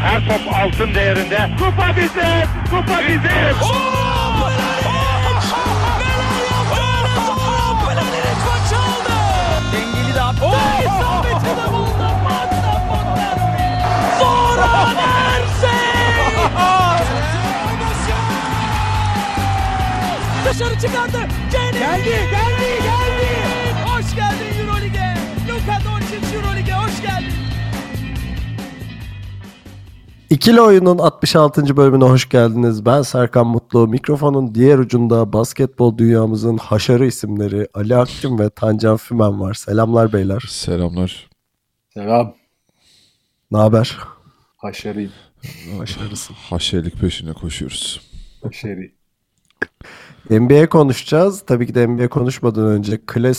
Her top altın değerinde. Kupa bizim! Kupa bizim! Dengeli de attı. İsabetine buldu. Zora Mersey! Dışarı çıkardı. Geldi. Hoş geldin Euroleague'e. Luka Doncic Euroleague'e hoş geldin. İkili Oyun'un 66. bölümüne hoş geldiniz. Ben Serkan Mutlu. Mikrofonun diğer ucunda basketbol dünyamızın haşarı isimleri Ali Akgün ve Tancan Fümen var. Selamlar beyler. Selamlar. Selam. Ne haber? Haşeriyim. Haşarısın. Haşelik peşine koşuyoruz. Haşeri. NBA konuşacağız. Tabii ki de NBA konuşmadan önce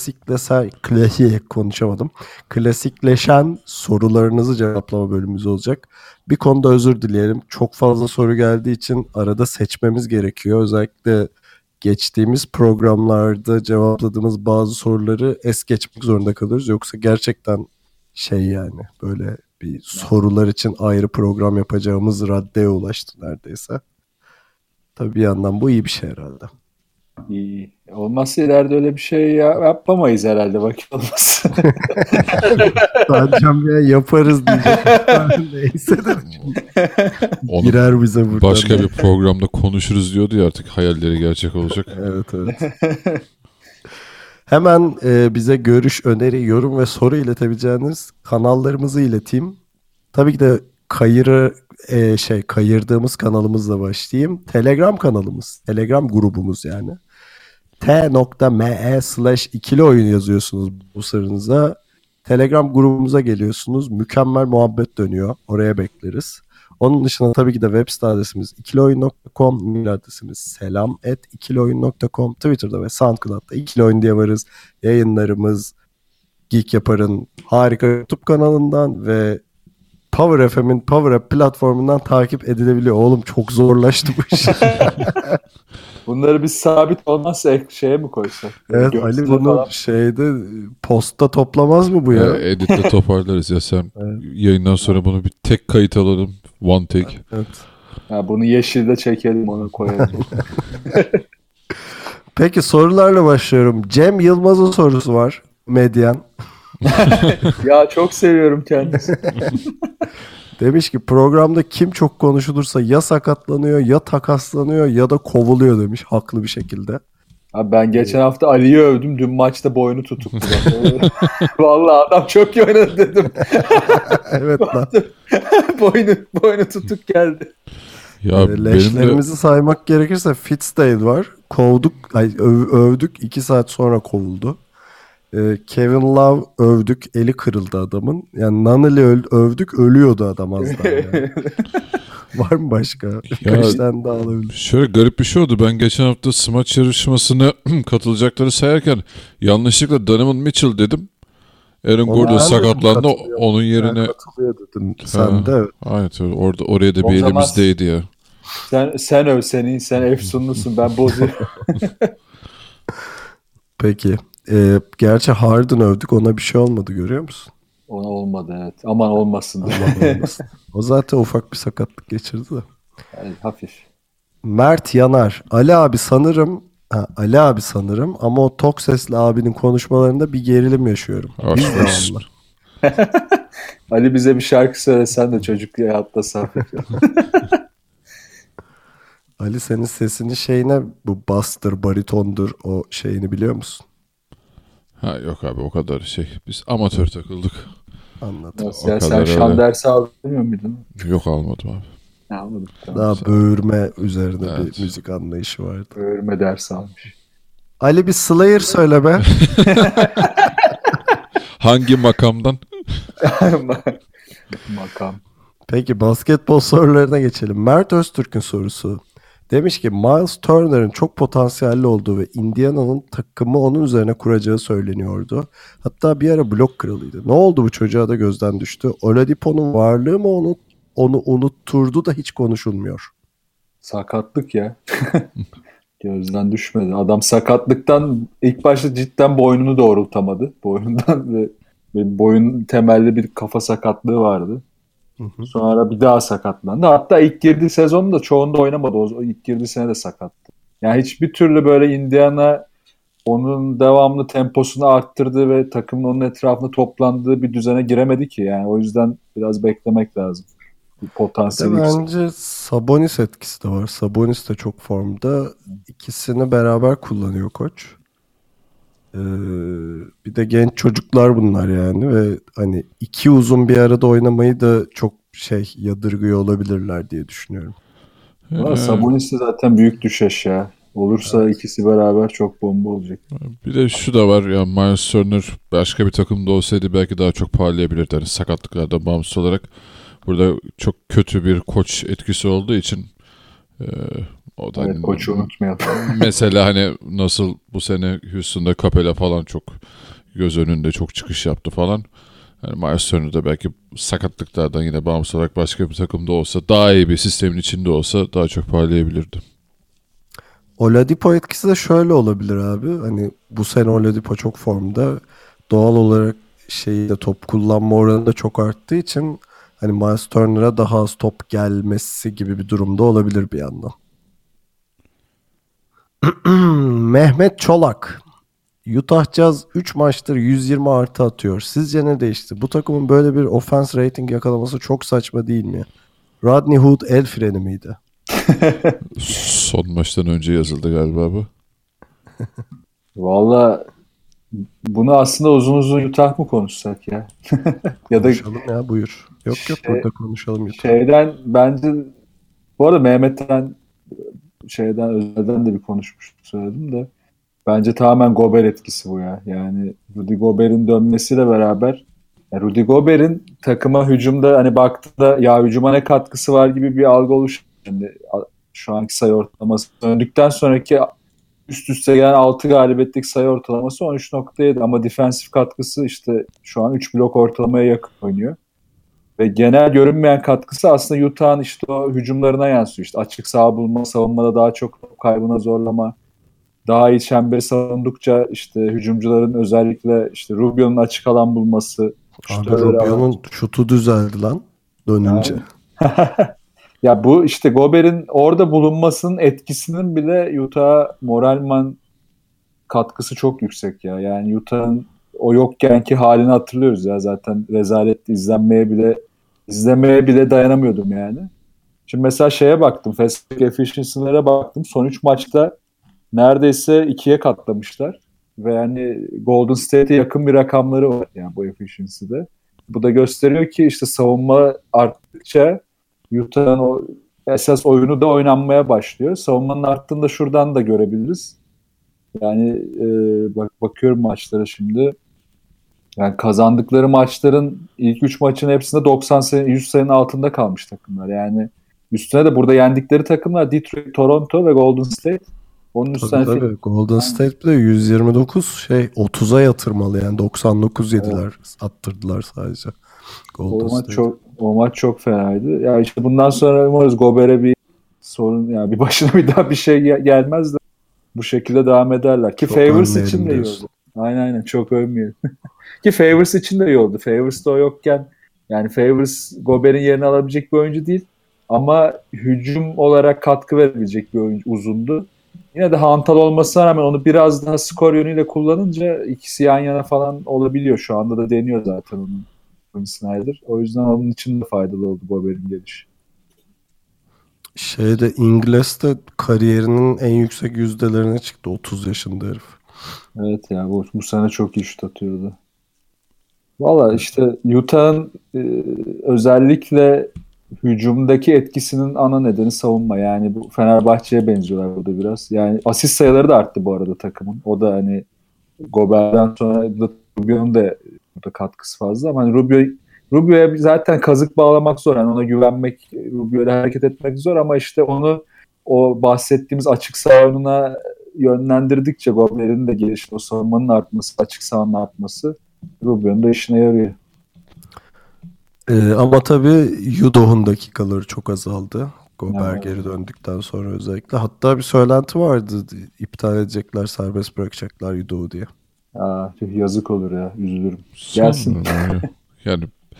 klasikleşen sorularınızı cevaplama bölümümüz olacak. Bir konuda özür dileyelim. Çok fazla soru geldiği için arada seçmemiz gerekiyor. Özellikle geçtiğimiz programlarda cevapladığımız bazı soruları es geçmek zorunda kalıyoruz. Yoksa gerçekten yani böyle bir sorular için ayrı program yapacağımız raddeye ulaştı neredeyse. Tabii bir yandan bu iyi bir şey herhalde. İyi. Olmazsa ileride öyle bir şey yapamayız herhalde. Vakit olmaz. Tancan ya yaparız diyecek. Neyse de Onu girer bize buradan. başka bir programda konuşuruz diyordu ya, artık hayalleri gerçek olacak. Evet. Hemen bize görüş, öneri, yorum ve soru iletebileceğiniz kanallarımızı ileteyim. Tabii ki de kayırdığımız kanalımızla başlayayım. Telegram kanalımız, Telegram grubumuz yani. t.me/ikili oyun yazıyorsunuz bu sırrınıza. Telegram grubumuza geliyorsunuz. Mükemmel muhabbet dönüyor. Oraya bekleriz. Onun dışında tabii ki de web site adresimiz ikilioyun.com, mail adresimiz selam@ikilioyun.com, Twitter'da ve SoundCloud'da ikili oyun diye varız. Yayınlarımız Geek Yapar'ın harika YouTube kanalından ve Power FM'in Power App platformundan takip edilebiliyor. Oğlum çok zorlaştı bu iş. Bunları biz sabit olmazsa şeye mi koysak? Evet Görsel Ali bunu falan. posta toplamaz mı bu ya? Editte toparlarız ya sen. Evet. Yayından sonra bunu bir tek kayıt alalım. One take. Evet. Ha, bunu yeşilde çekelim, onu koyalım. Peki sorularla başlıyorum. Cem Yılmaz'ın sorusu var. Medyan. Ya çok seviyorum kendisini. Demiş ki programda kim çok konuşulursa ya sakatlanıyor ya takaslanıyor ya da kovuluyor demiş. Haklı bir şekilde. Abi ben geçen hafta Ali'yi övdüm. Dün maçta boynu tutuktu. Vallahi adam çok iyi oynadı dedim. Evet lan. boynu tutuk geldi. Ya benim de Leşlerimizi saymak gerekirse Fitzdale var. Övdük 2 saat sonra kovuldu. Kevin Love övdük, eli kırıldı adamın. Yani Nunley övdük, ölüyordu adam az daha yani. Var mı başka? Birkaç tane daha alabilir. şöyle garip bir şey oldu. Ben geçen hafta smaç yarışmasına katılacakları sayarken yanlışlıkla Donovan Mitchell dedim. Aaron Onu Gordon ben de sakatlandı. katılıyorum. Onun yerine Katılıyor dedin. Sen de evet. evet, oraya da O bir zaman- elimizdeydi ya. Sen öv, sen efsunlusun, ben bozayım. Peki. Gerçi Harden övdük, ona bir şey olmadı, görüyor musun? Ona olmadı, evet. Aman olmasın. O zaten ufak bir sakatlık geçirdi de. Yani hafif. Mert Yanar. Ali abi sanırım ama o tok sesli abinin konuşmalarında bir gerilim yaşıyorum. Biz de Aferin. vallahi. Ali bize bir şarkı söylesen de çocukluğa atlasan. Ali senin sesinin şeyine bu bastır, baritondur o şeyini biliyor musun? Ha yok abi, o kadar biz amatör takıldık. Anladım. Nasıl ya, O sen kadar şan öyle. dersi aldırmıyor muydun? Yok, almadım abi. Ne anladım. Tamam. Daha böğürme üzerine Evet. bir müzik anlayışı vardı. Öğrenme dersi almış. Ali bir Slayer söyle be. Hangi makamdan? Makam. Peki basketbol sorularına geçelim. Mert Öztürk'ün sorusu. Demiş ki Miles Turner'ın çok potansiyelli olduğu ve Indiana'nın takımı onun üzerine kuracağı söyleniyordu. Hatta bir ara blok kralıydı. Ne oldu bu çocuğa da gözden düştü? Oladipo'nun varlığı mı onu unutturdu da hiç konuşulmuyor? Sakatlık ya. Gözden düşmedi. Adam sakatlıktan ilk başta cidden boynunu doğrultamadı. Boynundan ve boyun temelli bir kafa sakatlığı vardı. Sonra bir daha sakatlandı. Hatta ilk girdiği sezonun da çoğunda oynamadı. O ilk girdiği sene de sakattı. Yani hiçbir türlü böyle Indiana onun devamlı temposunu arttırdığı ve takımın onun etrafında toplandığı bir düzene giremedi ki. Yani o yüzden biraz beklemek lazım. Bir potansiyeli Bence Sabonis etkisi de var. Sabonis de çok formda. İkisini beraber kullanıyor koç. Bir de genç çocuklar bunlar yani ve hani iki uzun bir arada oynamayı da çok yadırgıyor olabilirler diye düşünüyorum. Sabonis de zaten büyük düşeş ya. Olursa ikisi beraber çok bomba olacak. Bir de şu da var ya, Miles Turner başka bir takımda olsaydı belki daha çok parlayabilirdi. Yani sakatlıklardan bağımsız olarak burada çok kötü bir koç etkisi olduğu için o da Evet, koçu unutmayalım. mesela hani nasıl bu sene Houston'da Capela falan çok göz önünde çok çıkış yaptı falan. Yani Miles Turner da belki sakatlıklardan yine bağımsız olarak başka bir takımda olsa, daha iyi bir sistemin içinde olsa daha çok parlayabilirdi. Oladipo etkisi de şöyle olabilir abi. Hani bu sene Oladipo çok formda. Doğal olarak top kullanma oranı da çok arttığı için hani Miles Turner'a daha az top gelmesi gibi bir durumda olabilir bir yandan. Mehmet Çolak. Utah Jazz 3 maçtır 120 artı atıyor. Sizce ne değişti? Bu takımın böyle bir offense rating yakalaması çok saçma değil mi? Rodney Hood el freni miydi? Son maçtan önce yazıldı galiba bu. Valla bunu aslında uzun uzun Utah mı konuşsak ya? Ya da Konuşalım ya, buyur. Yok burada konuşalım Utah. şeyden bence bu arada Mehmet'ten özelden de bir konuşmuştum, söyledim de bence tamamen Gobert etkisi bu ya. Yani Rudy Gobert'in dönmesiyle beraber Rudy Gobert'in takıma hücumda hani baktığında ya hücuma ne katkısı var gibi bir algı oluşuyor. Yani şu anki sayı ortalaması döndükten sonraki üst üste gelen 6 galibiyetlik sayı ortalaması 13.7 ama defensif katkısı işte şu an 3 blok ortalamaya yakın oynuyor. Ve genel görünmeyen katkısı aslında Utah'ın işte o hücumlarına yansıyor. İşte açık saha bulma, savunmada daha çok top kaybına zorlama, daha iyi çemberi savundukça işte hücumcuların özellikle işte Rubio'nun açık alan bulması. Abi Rubio'nun şutu düzeldi lan dönünce. Ya bu işte Gobert'in orada bulunmasının etkisinin bile Utah'a moralman katkısı çok yüksek ya. Yani Utah'ın o yokkenki halini hatırlıyoruz ya, zaten rezalet, izlemeye bile dayanamıyordum yani. Şimdi mesela şeye baktım, fast break efficiency'lere baktım. Son 3 maçta neredeyse 2'ye katlamışlar. Ve yani Golden State'e yakın bir rakamları var yani bu efficiency'de. Bu da gösteriyor ki işte savunma arttıkça Utah'ın o esas oyunu da oynanmaya başlıyor. Savunmanın arttığında şuradan da görebiliriz. Yani bakıyorum maçlara şimdi. Yani kazandıkları maçların ilk 3 maçın hepsinde 90 sayı, 100 sayının altında kalmış takımlar. Yani üstüne de burada yendikleri takımlar Detroit, Toronto ve Golden State. Onun üstüne Tabii. Golden State bile 129 30'a yatırmalı yani 99 yediler, attırdılar sadece. O maç çok fenaydı. Ya işte bundan sonra umarız Gobert'e bir sorun, yani bir başına bir daha bir şey gelmez de bu şekilde devam ederler. Ki Favors için de iyi oldu. Aynen çok övmeyelim. Ki Favors için de iyi oldu. Favors da o yokken yani Favors Gobert'in yerini alabilecek bir oyuncu değil ama hücum olarak katkı verebilecek bir oyuncu, uzundu. Yine de hantal olmasına rağmen onu biraz daha skor yönüyle kullanınca ikisi yan yana falan olabiliyor. Şu anda da deniyor zaten onun Quinn Snyder. O yüzden onun için de faydalı oldu Gobert'in gelişi. İngiliz de kariyerinin en yüksek yüzdelerine çıktı. 30 yaşında herif. Evet ya, bu sene çok iyi şut atıyordu. Valla işte Utah'ın özellikle hücumdaki etkisinin ana nedeni savunma. Yani bu Fenerbahçe'ye benziyorlar burada biraz. Yani asist sayıları da arttı bu arada takımın. O da hani Gobert'den sonra Rubio'nun da burada katkısı fazla. Ama hani Rubio'ya zaten kazık bağlamak zor. Yani ona güvenmek, Rubio'yla hareket etmek zor ama işte onu o bahsettiğimiz açık saha oyununa yönlendirdikçe Gobert'in de gelişi, o savunmanın artması, açık sahanın artması Rubio'nun da işine yarıyor. Ama tabii Udoh'un dakikaları çok azaldı. Gobert geri döndükten sonra özellikle. Hatta bir söylenti vardı. İptal edecekler, serbest bırakacaklar Udoh'u diye. Yazık olur ya. Üzülürüm. Gelsin. Yani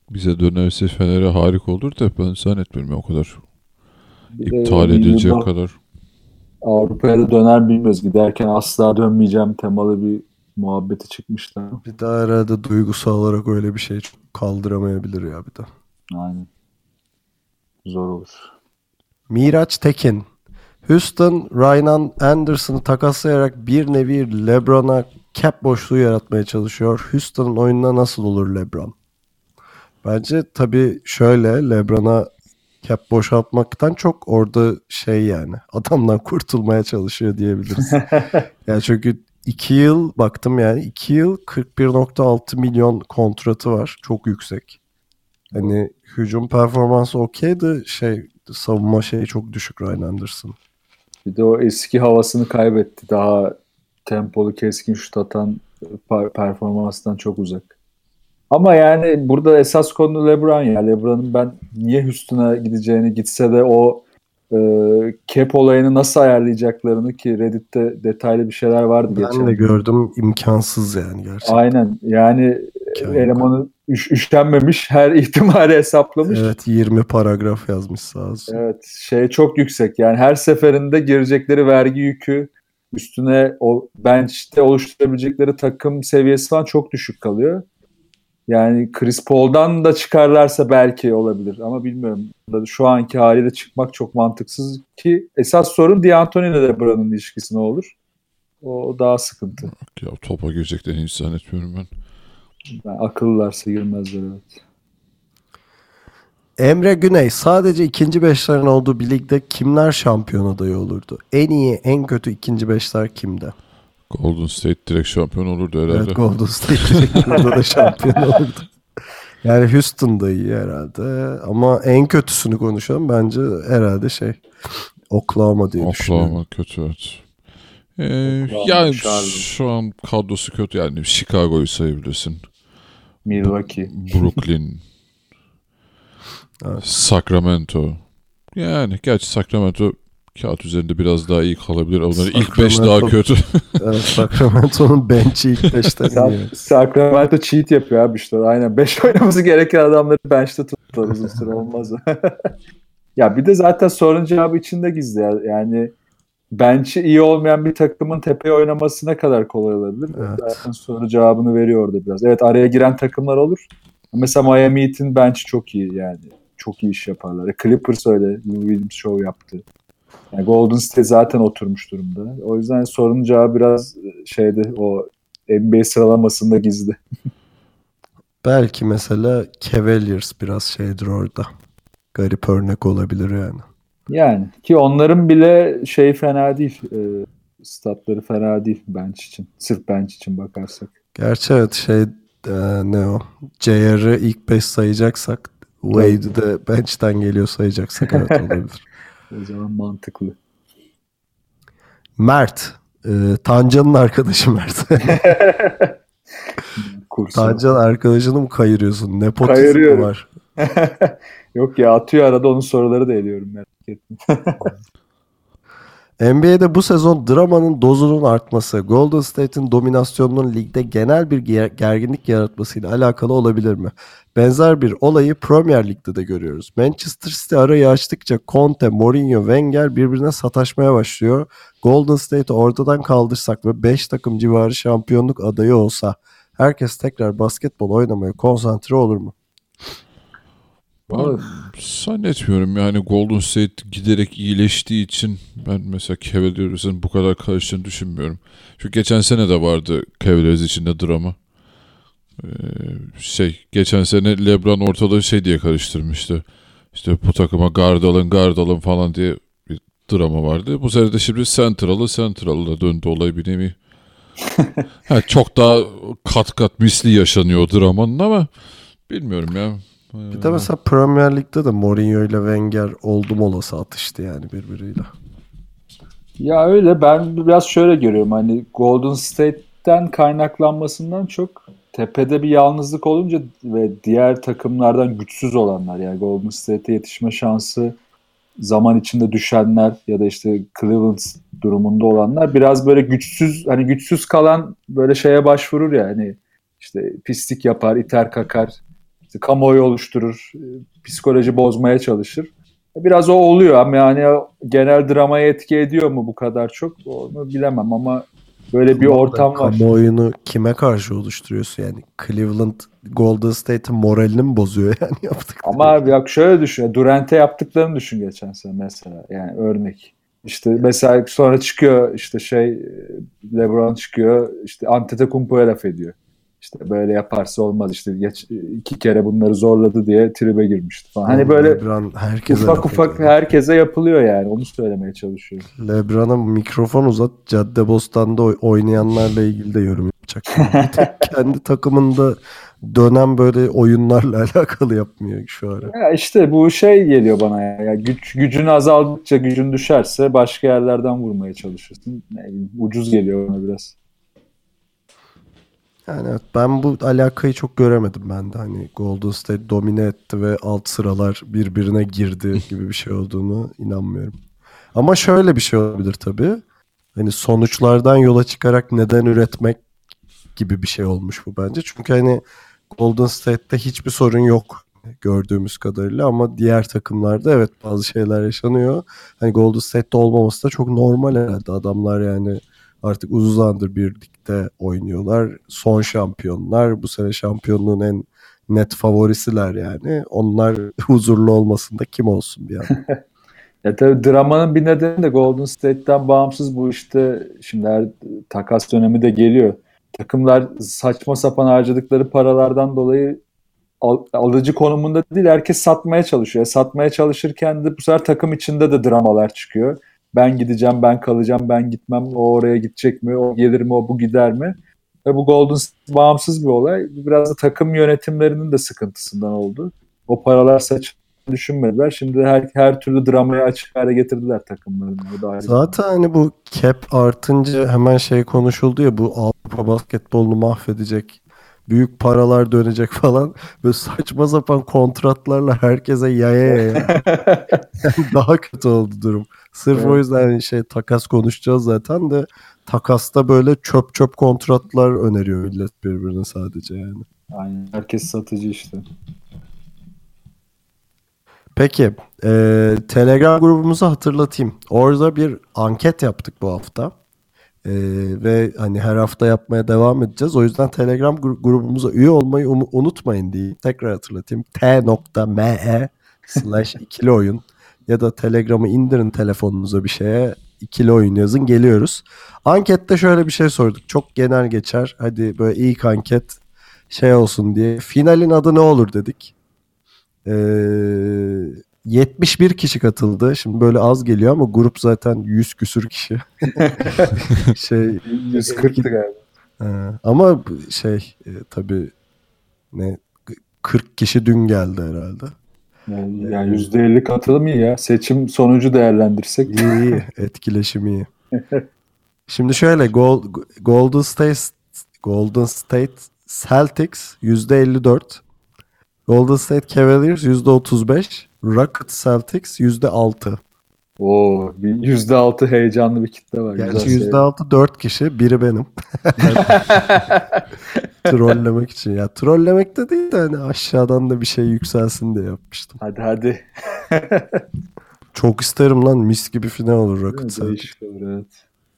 bize dönerse Fener'e harika olur da ben zannetmiyorum ya o kadar. Bir de İptal bir edilecek yılda kadar. Avrupa'ya da döner bilmiyoruz. Giderken asla dönmeyeceğim temalı bir muhabbeti çıkmıştı. Bir daha herhalde duygusal olarak öyle bir şey çok kaldıramayabilir ya bir de. Aynen. Zor olur. Miraç Tekin. Houston, Ryan Anderson'ı takaslayarak bir nevi LeBron'a cap boşluğu yaratmaya çalışıyor. Houston'ın oyununa nasıl olur LeBron? Bence tabii şöyle, LeBron'a cap boşaltmaktan çok orada yani adamdan kurtulmaya çalışıyor diyebiliriz. Yani çünkü 2 yıl baktım, yani 2 yıl 41.6 milyon kontratı var. Çok yüksek. Hani hücum performansı okeydi, savunma çok düşük Ryan Anderson. Bir de o eski havasını kaybetti. Daha tempolu, keskin şut atan performanstan çok uzak. Ama yani burada esas konu LeBron ya. LeBron'un ben niye Houston'a gideceğini, gitse de o cap olayını nasıl ayarlayacaklarını, ki Reddit'te detaylı bir şeyler vardı geçen. Ben de gördüm, imkansız yani gerçekten. Aynen yani elemanı üşenmemiş, her ihtimali hesaplamış. Evet, 20 paragraf yazmış sağ olsun. Evet, çok yüksek yani her seferinde girecekleri vergi yükü, üstüne o bench'te oluşturabilecekleri takım seviyesi falan çok düşük kalıyor. Yani Chris Paul'dan da çıkarlarsa belki olabilir ama bilmiyorum. Şu anki haliyle çıkmak çok mantıksız, ki esas sorun D'Antoni ile LeBron'un ilişkisi ne olur? O daha sıkıntı. Ya topa gireceklerini hiç zannetmiyorum ben. Yani akıllılarsa girmezler, evet. Emre Güney, sadece ikinci beşlerin olduğu bir ligde kimler şampiyon adayı olurdu? En iyi, en kötü ikinci beşler kimde? Golden State direkt şampiyon olurdu herhalde. Evet, Golden State burada da şampiyon olurdu. Yani Houston da iyi herhalde. Ama en kötüsünü konuşalım. Bence herhalde Oklahoma diye düşünüyorum. Oklahoma kötü, evet. Yani şu an kadrosu kötü, yani Chicago'yu sayabilirsin. Milwaukee. Brooklyn. Evet. Sacramento. Yani gerçi Sacramento kağıt üzerinde biraz daha iyi kalabilir. Onların ilk 5 daha kötü. Evet, Sacramento'nun bench'i ilk 5'ten iyi. Sacramento cheat yapıyor abi işte. Aynen 5 oynaması gereken adamları bench'te tutuyor. Uzun süre olmaz. Ya bir de zaten sorun cevabı içinde gizli. Yani bench'i iyi olmayan bir takımın tepeye oynaması ne kadar kolay olabilir? Evet. Zaten soru cevabını veriyor orada biraz. Evet, araya giren takımlar olur. Mesela Miami Heat'in bench'i çok iyi yani. Çok iyi iş yaparlar. Clippers öyle. Lou Williams show yaptı. Yani Golden State zaten oturmuş durumda. O yüzden sorunun cevabı biraz o NBA sıralamasında gizli. Belki mesela Cavaliers biraz orada. Garip örnek olabilir yani. Yani ki onların bile fena değil. Statları fena değil bench için. Sırf bench için bakarsak. Gerçi evet ne o? JR'ı ilk 5 sayacaksak, Wade'i de bench'ten geliyor sayacaksak evet olabilir. O zaman mantıklı. Mert. Tancan'ın arkadaşı Mert. Tancan arkadaşını mı kayırıyorsun? Nepotizm mi var? Yok ya, atıyor arada, onun soruları da ediyorum, merak etme. NBA'de bu sezon dramanın dozunun artması, Golden State'in dominasyonunun ligde genel bir gerginlik yaratmasıyla alakalı olabilir mi? Benzer bir olayı Premier Lig'de de görüyoruz. Manchester City arayı açtıkça Conte, Mourinho, Wenger birbirine sataşmaya başlıyor. Golden State'i ortadan kaldırsak ve 5 takım civarı şampiyonluk adayı olsa herkes tekrar basketbol oynamaya konsantre olur mu? Ben zannetmiyorum yani. Golden State giderek iyileştiği için ben mesela Cavaliers'ın bu kadar karıştığını düşünmüyorum. Çünkü geçen sene de vardı Cavaliers içinde drama. Geçen sene LeBron ortalığı diye karıştırmıştı. İşte bu takıma guard alın falan diye bir drama vardı. Bu sene de şimdi Central'a döndü olay bir nevi. Çok daha kat misli yaşanıyor o dramanın ama bilmiyorum ya. Bir de mesela Premier Lig'de de Mourinho ile Wenger oldum olası atıştı yani birbiriyle. Ya öyle, ben biraz şöyle görüyorum, hani Golden State'ten kaynaklanmasından çok tepede bir yalnızlık olunca ve diğer takımlardan güçsüz olanlar, yani Golden State'e yetişme şansı zaman içinde düşenler ya da işte Cleveland durumunda olanlar biraz böyle güçsüz kalan böyle başvurur ya, hani işte pislik yapar, iter kakar. işte kamuoyu oluşturur, psikoloji bozmaya çalışır. Biraz o oluyor ama yani genel dramaya etki ediyor mu bu kadar çok onu bilemem ama böyle bir ortam var. Kamuoyunu kime karşı oluşturuyorsun yani? Cleveland Golden State'in moralini mi bozuyor yani yaptık? Ama abi bak şöyle düşün. Durant'e yaptıklarını düşün geçen sene mesela. Yani örnek. İşte mesela sonra çıkıyor işte LeBron çıkıyor işte Antetokounmpo'ya laf ediyor. İşte böyle yaparsa olmaz işte 2 kere bunları zorladı diye tribe girmişti falan. Hani böyle LeBron herkese ufak herkese yapılıyor yani. Onu söylemeye çalışıyor. LeBron'a mikrofon uzat, Caddebostan'da oynayanlarla ilgili de yorum yapacak. Bir tek kendi takımında dönen böyle oyunlarla alakalı yapmıyor şu ara. Ya işte bu geliyor bana ya. Gücün azaldıkça gücün düşerse başka yerlerden vurmaya çalışırsın. Ucuz geliyor bana biraz. Yani evet, ben bu alakayı çok göremedim ben de. Hani Golden State domine etti ve alt sıralar birbirine girdi gibi bir şey olduğunu inanmıyorum. Ama şöyle bir şey olabilir tabii. Hani sonuçlardan yola çıkarak neden üretmek gibi bir şey olmuş bu bence. Çünkü hani Golden State'te hiçbir sorun yok gördüğümüz kadarıyla ama diğer takımlarda evet bazı şeyler yaşanıyor. Hani Golden State'te olmaması da çok normal herhalde. Adamlar yani artık uzun zamandır birlikte oynuyorlar. Son şampiyonlar. Bu sene şampiyonluğun en net favorisiler yani. Onlar huzurlu olmasında kim olsun bir an. Ya tabii dramanın bir nedeni de Golden State'ten bağımsız bu işte şimdi her takas dönemi de geliyor. Takımlar saçma sapan harcadıkları paralardan dolayı alıcı konumunda değil herkes satmaya çalışıyor. Satmaya çalışırken de bu sefer takım içinde de dramalar çıkıyor. Ben gideceğim, ben kalacağım, ben gitmem, o oraya gidecek mi, o gelir mi, o bu gider mi? Ve bu Golden State bağımsız bir olay. Biraz da takım yönetimlerinin de sıkıntısından oldu. O paralar düşünmediler. Şimdi her türlü dramayı açık hale getirdiler takımlarını. Zaten hani bu cap artınca hemen konuşuldu ya bu Avrupa basketbolunu mahvedecek. Büyük paralar dönecek falan. Böyle saçma sapan kontratlarla herkese yaya. Daha kötü oldu durum. Sırf Evet. o yüzden takas konuşacağız zaten de takasta böyle çöp kontratlar öneriyor millet birbirine sadece yani. Aynen. Herkes satıcı işte. Peki Telegram grubumuzu hatırlatayım. Orada bir anket yaptık bu hafta. Ve hani her hafta yapmaya devam edeceğiz. O yüzden Telegram grubumuza üye olmayı unutmayın diye tekrar hatırlatayım. t.me/ikili oyun ya da Telegram'ı indirin telefonunuza bir şeye ikili oyun yazın geliyoruz. Ankette şöyle bir şey sorduk. Çok genel geçer. Hadi böyle ilk anket olsun diye. Finalin adı ne olur dedik. 71 kişi katıldı. Şimdi böyle az geliyor ama grup zaten 100 küsür kişi. 140'tı galiba. Ama tabii 40 kişi dün geldi herhalde. Yani %50 katılım iyi ya. Seçim sonucu değerlendirsek. İyi, etkileşim iyi. Şimdi şöyle Golden State Celtics %54, Golden State Cavaliers %35, Rockets Celtics %6. Oo, bir %6 heyecanlı bir kitle var. Gerçi %6 4 kişi, biri benim. Trollemek için. Ya trollemek de değil de hani aşağıdan da bir şey yükselsin diye yapmıştım. Hadi. Çok isterim lan, mis gibi final olur Rockets. Değişik olur, evet.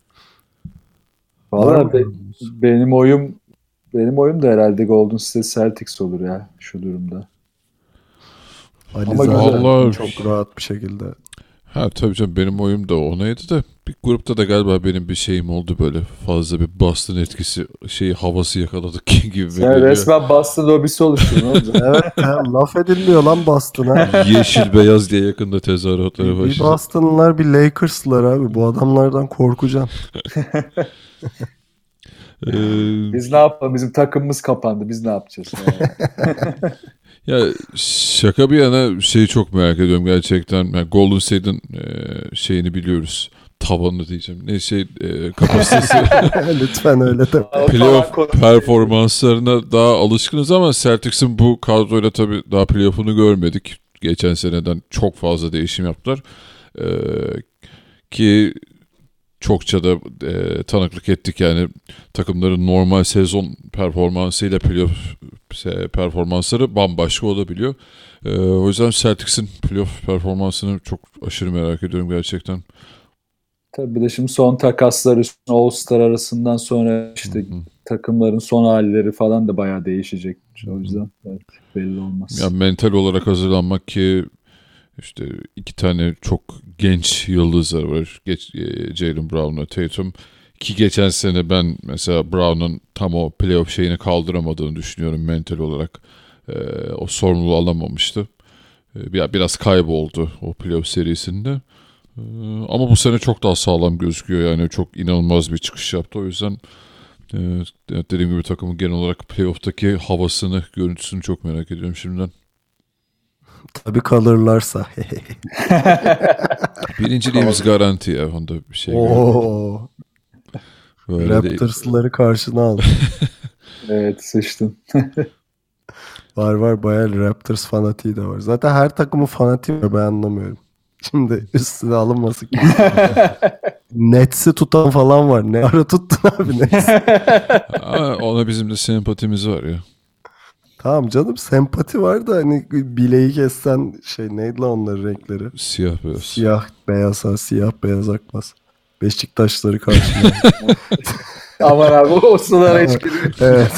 Valla benim oyum da herhalde Golden State Celtics olur ya şu durumda. Ali Ama zaten çok rahat bir şekilde. Ha tabii canım, benim oyum da onaydı da bir grupta da galiba benim bir şeyim oldu, böyle fazla bir Boston etkisi havası yakaladık gibi. Sen resmen Boston lobisi oluştun olacak. Evet laf ediliyor lan Boston'a. Yeşil beyaz diye yakında tezahüratlara başlayacak. Bir Boston'lar bir Lakers'lar abi, bu adamlardan korkacaksın. Biz ne yapalım? Bizim takımımız kapandı. Biz ne yapacağız? Ya şaka bir yana çok merak ediyorum gerçekten. Yani Golden State'in şeyini biliyoruz. Tavanını diyeceğim. Kapasitesi. Lütfen öyle de. Playoff performanslarına daha alışkınız ama Celtics'in bu kadroyla tabii daha playoff'unu görmedik. Geçen seneden çok fazla değişim yaptılar. Ki çokça da tanıklık ettik yani takımların normal sezon performansıyla playoff performansları bambaşka olabiliyor. O yüzden Celtics'in playoff performansını çok aşırı merak ediyorum gerçekten. Tabii bir de şimdi son takaslar üstüne All-Star arasından sonra işte takımların son halleri falan da bayağı değişecek. O yüzden evet, belli olmaz. Yani mental olarak hazırlanmak ki işte 2 tane çok genç yıldızlar var. Jaylen Brown'la Tatum. Ki geçen sene ben mesela Brown'un tam o playoff şeyini kaldıramadığını düşünüyorum mental olarak. O sorumluluğu alamamıştı. Biraz kayboldu o playoff serisinde. Ama bu sene çok daha sağlam gözüküyor. Yani çok inanılmaz bir çıkış yaptı. O yüzden dediğim gibi takımın genel olarak playoff'taki havasını, görüntüsünü çok merak ediyorum şimdiden. Tabii kalırlarsa. Birinciliğimiz garanti ya. Onda bir şey Oo. Raptors'ları karşına aldı. Evet, sıçtın. Var bayağı Raptors fanatiği de var. Zaten her takımın fanatiği var, ben anlamıyorum. Şimdi üstüne alınması ki. Nets'i tutan falan var. Ne ara tuttun abi Nets'i? Ona bizim de sempatimiz var ya. Tamam canım, sempati var da hani bileği kessen neydi lan onların renkleri? Siyah beyaz. Siyah beyaz, siyah beyaz akmaz. Beşiktaşları karşılıyor. Aman abi o sulara hiç girmiyor. Evet.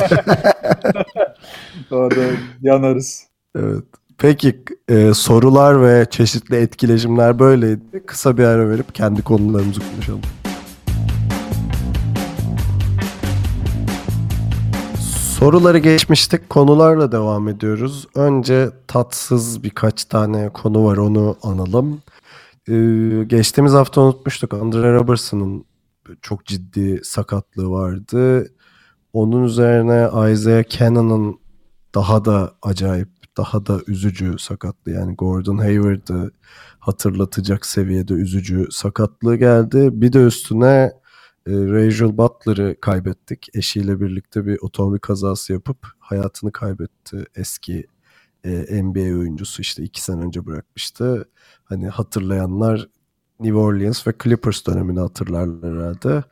Orada yanarız. Evet. Peki sorular ve çeşitli etkileşimler böyleydi. Kısa bir ara verip kendi konularımızı konuşalım. Soruları geçmiştik. Konularla devam ediyoruz. Önce tatsız birkaç tane konu var, onu analım. Geçtiğimiz hafta unutmuştuk. Andre Robertson'ın çok ciddi sakatlığı vardı. Onun üzerine Isaiah Cannon'ın daha da acayip, daha da üzücü sakatlığı, yani Gordon Hayward'ı hatırlatacak seviyede üzücü sakatlığı geldi. Bir de üstüne Rachel Butler'ı kaybettik. Eşiyle birlikte bir otomobil kazası yapıp hayatını kaybetti. Eski NBA oyuncusu, işte 2 sene önce bırakmıştı. Hani hatırlayanlar New Orleans ve Clippers dönemini hatırlarlar herhalde.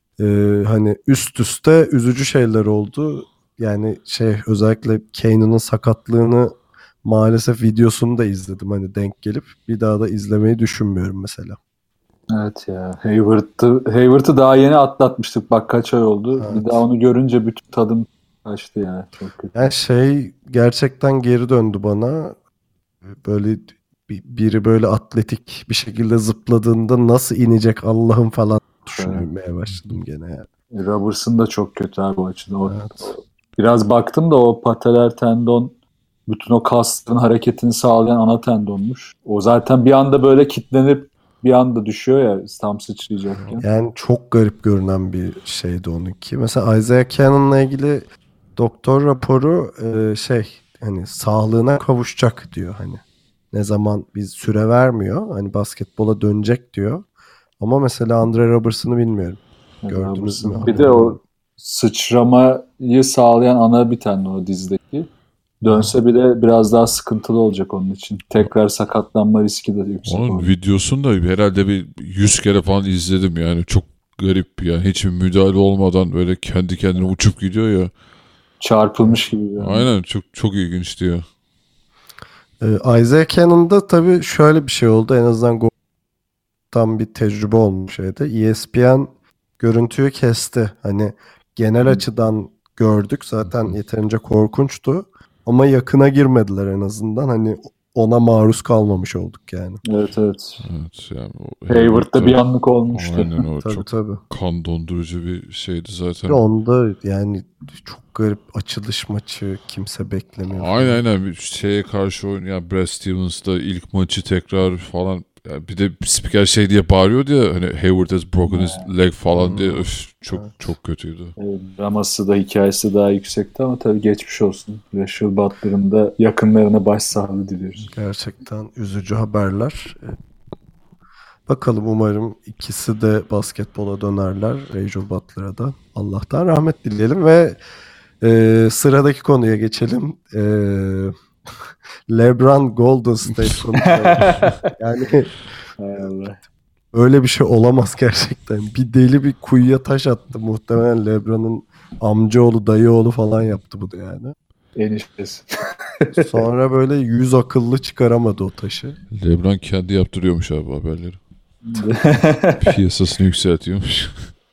Hani üst üste üzücü şeyler oldu. Yani özellikle Kane'ın sakatlığını maalesef videosunu da izledim, hani denk gelip bir daha da izlemeyi düşünmüyorum mesela. Evet ya, Hayward'ı daha yeni atlatmıştık, bak kaç ay oldu. Evet. Bir daha onu görünce bütün tadım kaçtı ya, çok kötü. Yani gerçekten geri döndü bana. Böyle biri böyle atletik bir şekilde zıpladığında nasıl inecek Allah'ım falan düşünmeye başladım gene ya. Robertson da çok kötü abi o açıdan. Evet. Biraz baktım da o pateler tendon, bütün o kasların hareketini sağlayan ana tendonmuş. O zaten bir anda böyle kilitlenip bir anda düşüyor ya, tam sıçrayacakken. Yani çok garip görünen bir şeydi onunki. Mesela Isaiah Cannon'la ilgili doktor raporu hani sağlığına kavuşacak diyor hani. Ne zaman, biz süre vermiyor. Hani basketbola dönecek diyor. Ama mesela Andre Robertson'ı bilmiyorum. Gördünüz mü? Bir de o sıçramayı sağlayan ana bir tane o dizdeki. Dönse bile biraz daha sıkıntılı olacak onun için. Tekrar sakatlanma riski de yüksek. Onun videosunu da herhalde bir 100 kere falan izledim yani. Çok garip yani. Hiç müdahale olmadan böyle kendi kendine uçup gidiyor ya. Çarpılmış gibi. Yani. Aynen, çok ilginç diyor. Isaiah Cannon'da tabii şöyle bir şey oldu. En azından tam bir tecrübe olmuş şeyde. ESPN görüntüyü kesti. Hani genel açıdan gördük. Zaten yeterince korkunçtu. Ama yakına girmediler en azından. Hani ona maruz kalmamış olduk yani. Evet. Evet yani Hayward'da bir anlık olmuştu. Aynen o. Tabii, çok tabii. kan dondurucu bir şeydi zaten. Onda yani çok garip açılış maçı, kimse beklemiyor. Aynen bir şeye karşı oyun ya, Brad Stevens'da ilk maçı tekrar falan. Yani bir de spiker diye bağırıyordu ya, hani Hayward has broken his leg falan diye. Çok kötüydü. Draması da, hikayesi daha yüksekti ama tabii geçmiş olsun. Rachel Butler'ın da yakınlarına başsağlığı diliyoruz. Gerçekten üzücü haberler. Bakalım, umarım ikisi de basketbola dönerler. Rachel Butler'a da Allah'tan rahmet dileyelim ve sıradaki konuya geçelim. LeBron Golden State konusu. Yani öyle bir şey olamaz gerçekten. Bir deli bir kuyuya taş attı. Muhtemelen LeBron'un amcaoğlu, dayıoğlu falan yaptı bunu yani. Eniştesi. Sonra böyle 100 akıllı çıkaramadı o taşı. LeBron kendi yaptırıyormuş abi haberleri. Piyasasını yükseltiyormuş.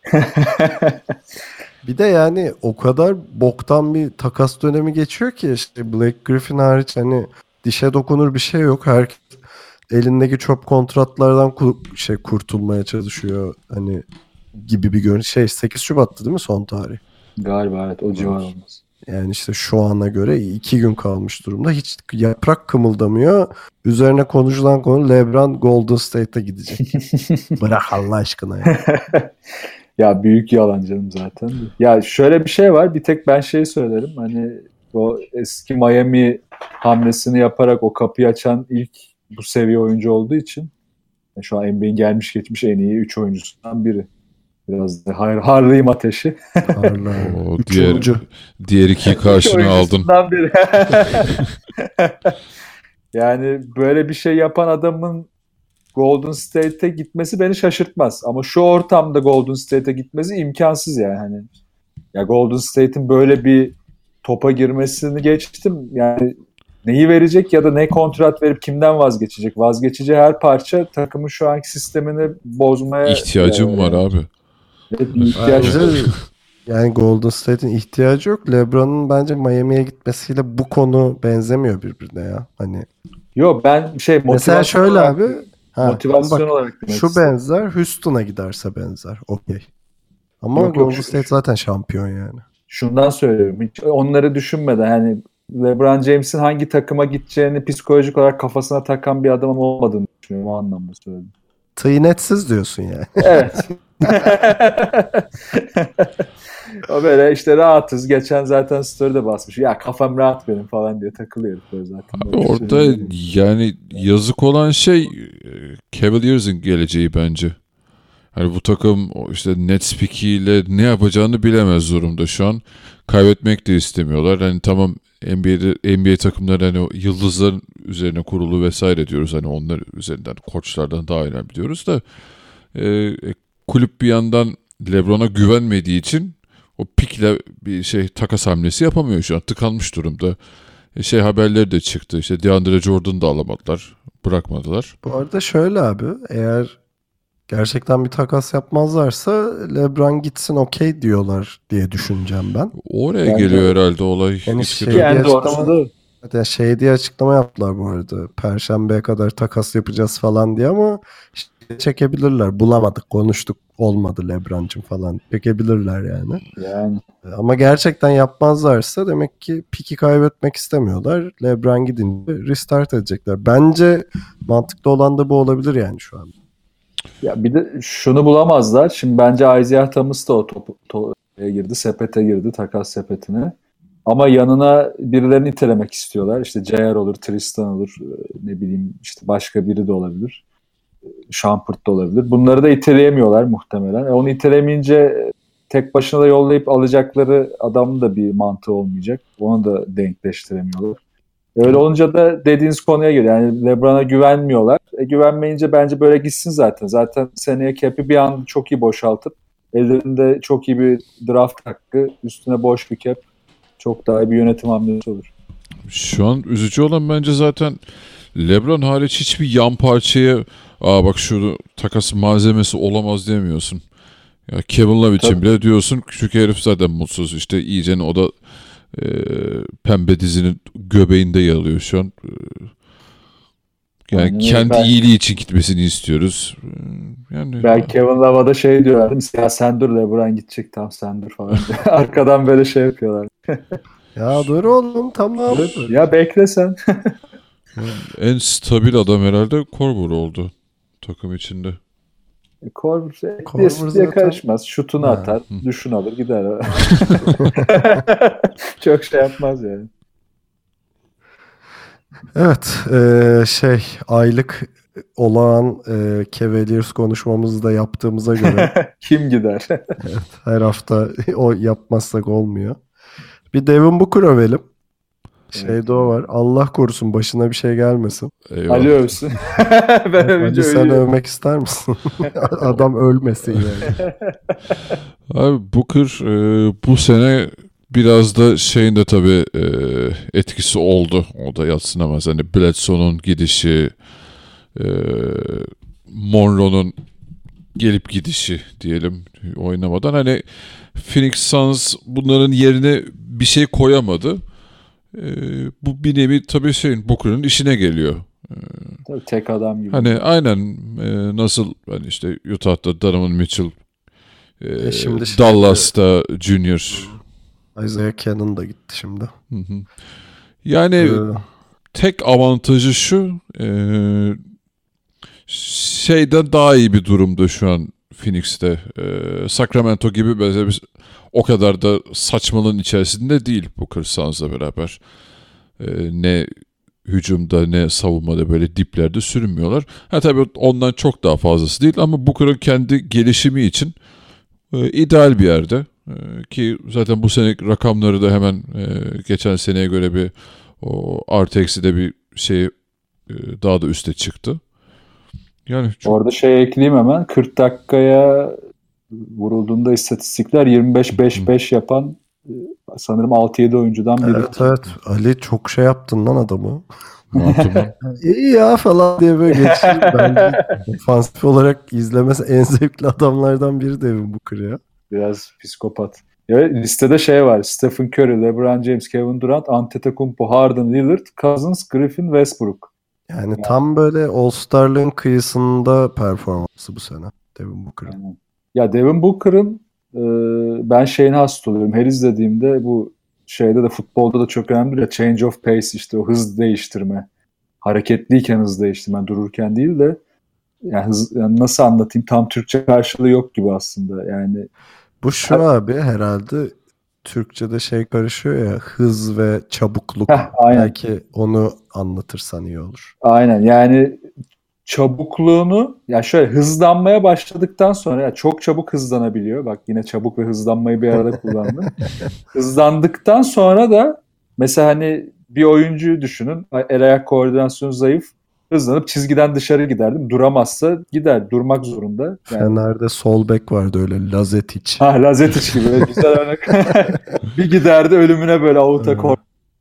Bir de yani o kadar boktan bir takas dönemi geçiyor ki işte Blake Griffin hariç hani dişe dokunur bir şey yok. Herkes elindeki çöp kontratlardan kurtulmaya çalışıyor. Hani gibi bir görüntü. 8 Şubat'tı değil mi son tarih? Galiba evet, o civar olmaz. Yani işte şu ana göre 2 gün kalmış durumda. Hiç yaprak kımıldamıyor. Üzerine konuşulan konu LeBron Golden State'e gidecek. Bırak Allah aşkına ya. Ya büyük yalan canım zaten. Ya şöyle bir şey var. Bir tek ben şeyi söylerim. Hani o eski Miami hamlesini yaparak o kapıyı açan ilk bu seviye oyuncu olduğu için şu an NBA'in gelmiş geçmiş en iyi 3 oyuncusundan biri. Biraz da harlayayım ateşi. O Üçüncü. diğer iki karşına aldın. Oyuncusundan biri. Yani böyle bir şey yapan adamın Golden State'e gitmesi beni şaşırtmaz. Ama şu ortamda Golden State'e gitmesi imkansız yani. Hani ya Golden State'in böyle bir topa girmesini geçtim. Yani neyi verecek ya da ne kontrat verip kimden vazgeçecek? Vazgeçeceği her parça takımın şu anki sistemini bozmaya İhtiyacım var abi. Evet, bir ihtiyaç Bence var. yani Golden State'in ihtiyacı yok. LeBron'un bence Miami'ye gitmesiyle bu konu benzemiyor birbirine ya. Hani Yok ben mesela motivasyon şöyle olarak, abi. motivasyon bak, olarak demek şu istedim. benzer Houston'a giderse benzer. Okey. Ama Yok, Golden şu- State zaten şampiyon yani. Şundan söylüyorum. Hiç onları düşünmeden hani LeBron James'in hangi takıma gideceğini psikolojik olarak kafasına takan bir adamın olmadığını düşünüyorum. O anlamda söyledim. Tıynetsiz diyorsun yani. Evet. O böyle işte rahatız. Geçen zaten story'de basmış. Ya kafam rahat benim falan diye takılıyor böyle zaten. Abi orada yani yazık olan şey Cavaliers'in geleceği bence. Hani bu takım işte Nets pikiyle ne yapacağını bilemez durumda şu an. Kaybetmek de istemiyorlar. Hani tamam NBA takımları hani o yıldızların üzerine kurulu vesaire diyoruz. Hani onlar üzerinden koçlardan daha önemli diyoruz da kulüp bir yandan LeBron'a güvenmediği için o pikle bir takas hamlesi yapamıyor şu an. Tıkanmış durumda. Haberleri de çıktı. İşte DeAndre Jordan'ı da alamadılar. Bırakmadılar. Bu arada şöyle abi, eğer gerçekten bir takas yapmazlarsa LeBron gitsin okey diyorlar diye düşüneceğim ben. Oraya Bence- geliyor herhalde olay. Yani Gitgide. şey- en bir doğrusu açıklama- da Hatta diye açıklama yaptılar bu arada. Perşembeye kadar takas yapacağız falan diye ama işte çekebilirler. Bulamadık, konuştuk, olmadı LeBron'cum falan. Çekebilirler yani. yani Ama gerçekten yapmazlarsa demek ki piki kaybetmek istemiyorlar. LeBron gidince restart edecekler. Bence mantıklı olan da bu olabilir yani şu an. ya bir de şunu bulamazlar. Şimdi bence Isaiah Thomas da o girdi, sepete girdi, takas sepetine. Ama yanına birilerini itelemek istiyorlar. İşte J.R. olur, Tristan olur, ne bileyim işte başka biri de olabilir. Shumpert da olabilir. Bunları da iteleyemiyorlar muhtemelen. Onu itelemeyince tek başına da yollayıp alacakları adamın da bir mantığı olmayacak. Onu da denkleştiremiyorlar. Öyle olunca da dediğiniz konuya geliyor. Yani LeBron'a güvenmiyorlar. Güvenmeyince bence böyle gitsin zaten. Zaten seneye cap'i bir anda çok iyi boşaltıp ellerinde çok iyi bir draft hakkı, üstüne boş bir cap, çok daha iyi bir yönetim hamlesi olur. Şu an üzücü olan bence zaten LeBron hariç hiçbir yan parçaya bak şu takas malzemesi olamaz demiyorsun. Ya Kevin Love için Tabii. bile diyorsun çünkü herif zaten mutsuz. İşte iyice o da pembe dizinin göbeğinde yalıyor şu an. Yani Aynen öyle. kendi Ben- iyiliği için gitmesini istiyoruz. Yani Belki Kevin Love'a da şey diyorlar değil mi? Ya sen dur, LeBron gidecek, tamam sen dur falan diye. Arkadan böyle şey yapıyorlar. Ya dur oğlum, tamam. Ya bekle sen. en stabil adam herhalde Korver oldu takım içinde. Korver Korver diye zaten- karışmaz. Şutunu Ha. atar, düşün alır gider. Çok şey yapmaz yani. Evet, aylık olağan Cavaliers konuşmamızı da yaptığımıza göre Kim gider? her hafta o yapmazsak olmuyor. Bir Devin Booker övelim. Şeyde o var. Allah korusun başına bir şey gelmesin. Eyvallah. Ali övsün. Ben övünce Ali sen ölüyorum. övmek ister misin? Adam ölmesin yani. Abi Booker bu sene biraz da şeyin de tabii etkisi oldu. O da yadsınamaz. Hani Bledsoe'nun gidişi, Monroe'nun gelip gidişi diyelim oynamadan. Hani Phoenix Suns bunların yerine bir şey koyamadı. Bu bir nevi tabii Booker'ın işine geliyor. Tabii tek adam gibi. Hani aynen nasıl hani işte Utah'ta Donovan Mitchell, Şimdi Dallas'ta Junior. Isaiah Cannon da gitti şimdi. Hı hı. Yani Ee, tek avantajı şu, şeyden daha iyi bir durumda şu an Phoenix'te. Sacramento gibi böyle o kadar da saçmalığın içerisinde değil Booker Suns'la beraber. Ne hücumda ne savunmada böyle diplerde sürünmüyorlar. Ha tabii ondan çok daha fazlası değil ama Booker'ın kendi gelişimi için ideal bir yerde. Ki zaten bu sene rakamları da hemen geçen seneye göre bir o artı eksi de bir şey daha da üste çıktı. Yani çok... Orada şey ekleyeyim hemen. 40 dakikaya vurulduğunda istatistikler 25-5-5 yapan sanırım 6-7 oyuncudan biri. evet. Ali çok şey yaptın lan adamı. Ne yaptım ben? İyi ya falan diye böyle geçti. Bence ofansif olarak izlemesi en zevkli adamlardan biri Devin Booker ya. Biraz psikopat. Ya, listede şey var. Stephen Curry, LeBron James, Kevin Durant, Antetokounmpo, Harden, Lillard, Cousins, Griffin, Westbrook. Yani tam böyle All-Star'lığın kıyısında performansı bu sene Devin Booker'ın. Ya Devin Booker'ın ben şeyine hasta oluyorum. Her izlediğimde bu şeyde de futbolda da çok önemli ya, change of pace, işte o hız değiştirme. Hareketliyken hız değiştirme, dururken değil de yani nasıl anlatayım, tam Türkçe karşılığı yok gibi aslında. Yani Bu şu abi herhalde Türkçe'de şey karışıyor ya, hız ve çabukluk. aynen. Belki onu anlatırsan iyi olur. Aynen, yani çabukluğunu, ya şöyle hızlanmaya başladıktan sonra ya çok çabuk hızlanabiliyor. Bak yine çabuk ve hızlanmayı bir arada kullandım. Hızlandıktan sonra da mesela hani bir oyuncuyu düşünün. El ayak koordinasyonu zayıf. Hızlanıp çizgiden dışarı gider değil mi? Duramazsa gider. Durmak zorunda. Yani... Fener'de sol bek vardı öyle, Lazetic. Ha, Lazetic gibi. Böyle güzel örnek. Bir giderdi ölümüne böyle avuta koy.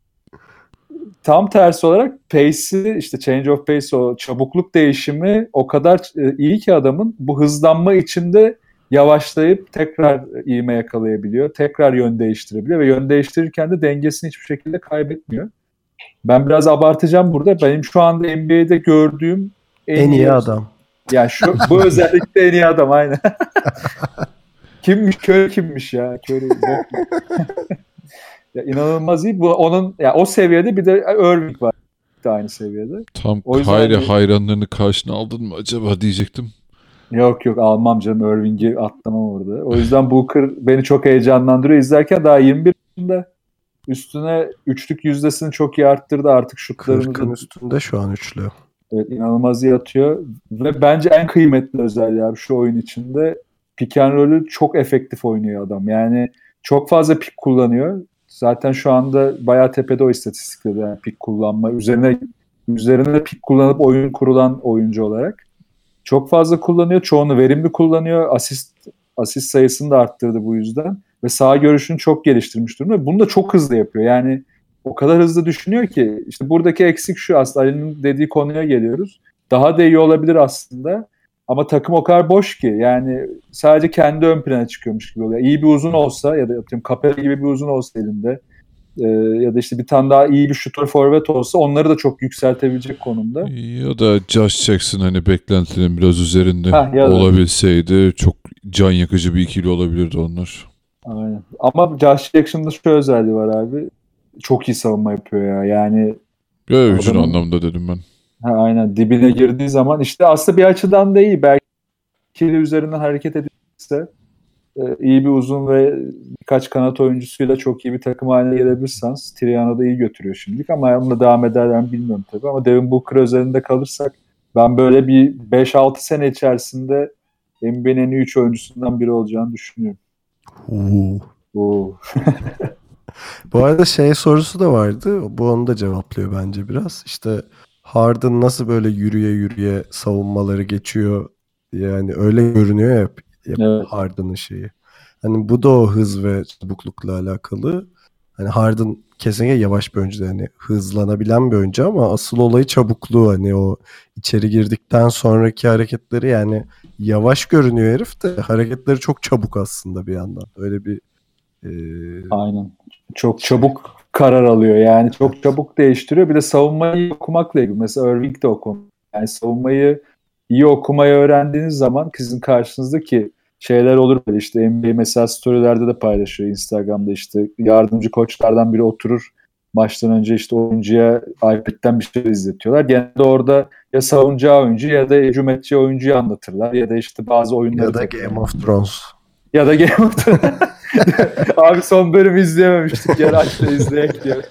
Tam tersi olarak pace'i, işte change of pace, o çabukluk değişimi o kadar iyi ki adamın, bu hızlanma içinde yavaşlayıp tekrar ivme yakalayabiliyor. Tekrar yön değiştirebiliyor ve yön değiştirirken de dengesini hiçbir şekilde kaybetmiyor. Ben biraz abartacağım burada. Benim şu anda NBA'de gördüğüm en iyi adam. Yani bu özellikle en iyi adam aynen. Kimmiş? Curry kimmiş ya? Curry. Ya inanılmaz iyi. Bu onun ya o seviyede, bir de Irving var da aynı seviyede. Tam Kyrie hayranlarını karşına aldın mı acaba diyecektim. Yok almam canım, Irving'i atlamam orada. O yüzden Booker beni çok heyecanlandırıyor. İzlerken daha 21 yaşında, üstüne üçlük yüzdesini çok iyi arttırdı artık, şutlarını 40'ın üstünde şu an üçlü. Evet, inanılmaz iyi atıyor ve bence en kıymetli özelliği abi şu oyun içinde, pick and roll'ü çok efektif oynuyor adam. Yani çok fazla pick kullanıyor. Zaten şu anda bayağı tepede o istatistiklerde, yani pick kullanma. Üzerine pick kullanıp oyun kurulan oyuncu olarak. Çok fazla kullanıyor. Çoğunu verimli kullanıyor. Asist sayısını da arttırdı bu yüzden. Ve sağ görüşünü çok geliştirmiş durumda. Bunu da çok hızlı yapıyor. Yani o kadar hızlı düşünüyor ki, işte buradaki eksik şu, aslında Ali'nin dediği konuya geliyoruz. Daha da iyi olabilir aslında. Ama takım o kadar boş ki, yani sadece kendi ön plana çıkıyormuş gibi oluyor. İyi bir uzun olsa ya da atıyorum Capela gibi bir uzun olsa elinde, ya da işte bir tane daha iyi bir şutör forvet olsa onları da çok yükseltebilecek konumda. Ya da Josh Jackson hani beklentilerin biraz üzerinde olabilseydi çok can yakıcı bir ikili olabilirdi onlar. Aynen. Ama Josh Jackson'da şu özelliği var abi. Çok iyi savunma yapıyor ya. Yani hücum anlamda dedim ben. Aynen, dibine girdiği zaman işte aslında bir açıdan da iyi. Belki ikili üzerinden hareket edilirse iyi bir uzun ve birkaç kanat oyuncusuyla çok iyi bir takım haline gelebilirseniz, Triano da iyi götürüyor şimdilik ama onunla devam eder bilmiyorum tabii. Ama Devin Booker üzerinde kalırsak ben böyle bir 5-6 sene içerisinde NBA'nin en iyi 3 oyuncusundan biri olacağını düşünüyorum. Oo. Bu arada şey sorusu da vardı. Bu onu da cevaplıyor bence biraz. İşte Harden nasıl böyle yürüye yürüye savunmaları geçiyor. Yani öyle görünüyor ya hep Evet. Harden'ın şeyi. Hani bu da o hız ve çabuklukla alakalı. Hani Harden kesinlikle yavaş bir oyuncu. Yani hızlanabilen bir oyuncu ama asıl olayı çabukluğu. Hani o içeri girdikten sonraki hareketleri yani yavaş görünüyor herif de hareketleri çok çabuk aslında bir yandan. Öyle bir Aynen. Çok çabuk karar alıyor yani. Çok çabuk değiştiriyor. Bir de savunmayı iyi okumakla ilgili. Mesela Irving de o konu. Yani savunmayı iyi okumayı öğrendiğiniz zaman sizin karşınızdaki şeyler olur böyle işte NBA mesela storylerde de paylaşıyor Instagram'da işte yardımcı koçlardan biri oturur maçtan önce işte oyuncuya iPad'den bir şey izletiyorlar. Genelde orada ya savunacağı oyuncu ya da hücum edeceği oyuncuyu anlatırlar ya da işte bazı oyunları ya da takılır. Game of Thrones. Ya da Game of Thrones. Abi son bölümü izleyememiştik. Yer açta izleyek diyor.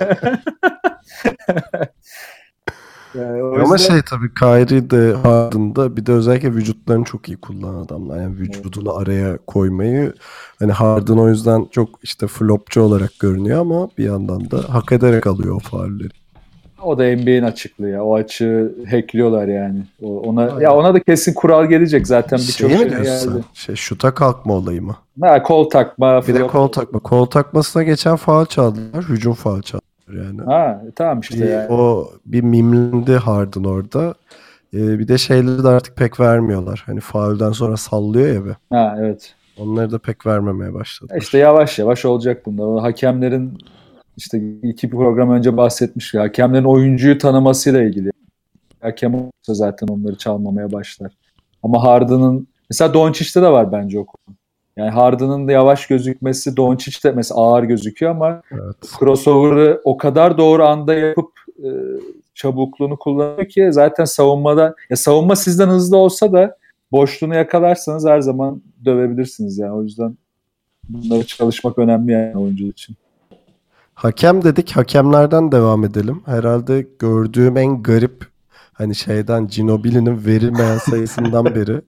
Yani Ama şey tabii Kyrie de Harden'da bir de özellikle vücutlarını çok iyi kullanan adamlar. Yani vücudunu araya koymayı hani Harden o yüzden çok işte flopçu olarak görünüyor ama bir yandan da hak ederek alıyor o faulleri. o da NBA'in açıklığı ya. O açığı hackliyorlar yani. Ona Aynen. ya ona da kesin kural gelecek zaten birçok Şey mi şey diyorsun geldi. sen? Şuta kalkma olayı mı? Ha, kol takma. Bir de flop. kol takma. Kol takmasına geçen faul çaldılar. Hücum faul çaldılar yani. Ha tamam işte yani. O bir mimlendi Harden orada. Bir de şeyleri de artık pek vermiyorlar. Hani faulden sonra sallıyor ya be. Ha evet. Onları da pek vermemeye başladılar. İşte yavaş yavaş olacak bunlar. O hakemlerin işte iki program önce bahsetmiş ya. Hakemlerin oyuncuyu tanımasıyla ilgili. Hakem olursa zaten onları çalmamaya başlar. Ama Harden'ın mesela Doncic'te de var bence o konu. Yani Harden'ın da yavaş gözükmesi Doncic'te mesela ağır gözüküyor ama Evet. crossover'ı o kadar doğru anda yapıp çabukluğunu kullanıyor ki zaten savunmada ya savunma sizden hızlı olsa da boşluğunu yakalarsanız her zaman dövebilirsiniz yani. O yüzden bunları çalışmak önemli yani oyuncu için. Hakem dedik. Hakemlerden devam edelim. Herhalde gördüğüm en garip hani şeyden Ginobili'nin verilmeyen sayısından biri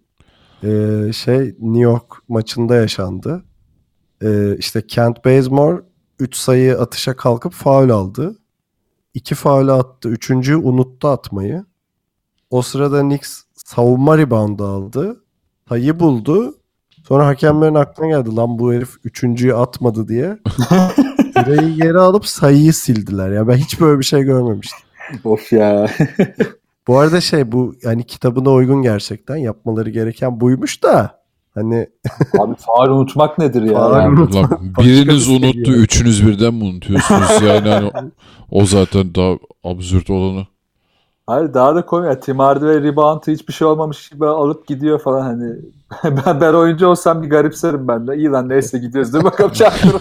New York maçında yaşandı. İşte Kent Bazemore 3 sayı atışa kalkıp faul aldı. 2 faul attı. Üçüncüyü unuttu atmayı. O sırada Knicks savunma reboundu aldı. Sayı buldu. Sonra hakemlerin aklına geldi lan bu herif üçüncüyü atmadı diye. Süreyi geri alıp sayıyı sildiler. Ya ben hiç böyle bir şey görmemiştim. Of ya. Bu arada bu yani kitabına uygun gerçekten yapmaları gereken buymuş da hani Abi faul unutmak nedir ya? Faul Yani? unutmak. Ulan Başka biriniz bir şey unuttu, yani. üçünüz birden mi unutuyorsunuz? Yani hani o zaten daha absürt olanı. Hayır daha da komik. Tim Hardaway rebound'ı hiçbir şey olmamış gibi alıp gidiyor falan hani. ben oyuncu olsam bir garipserim ben de. İyi lan neyse gidiyoruz. Dur bakalım çaktırın.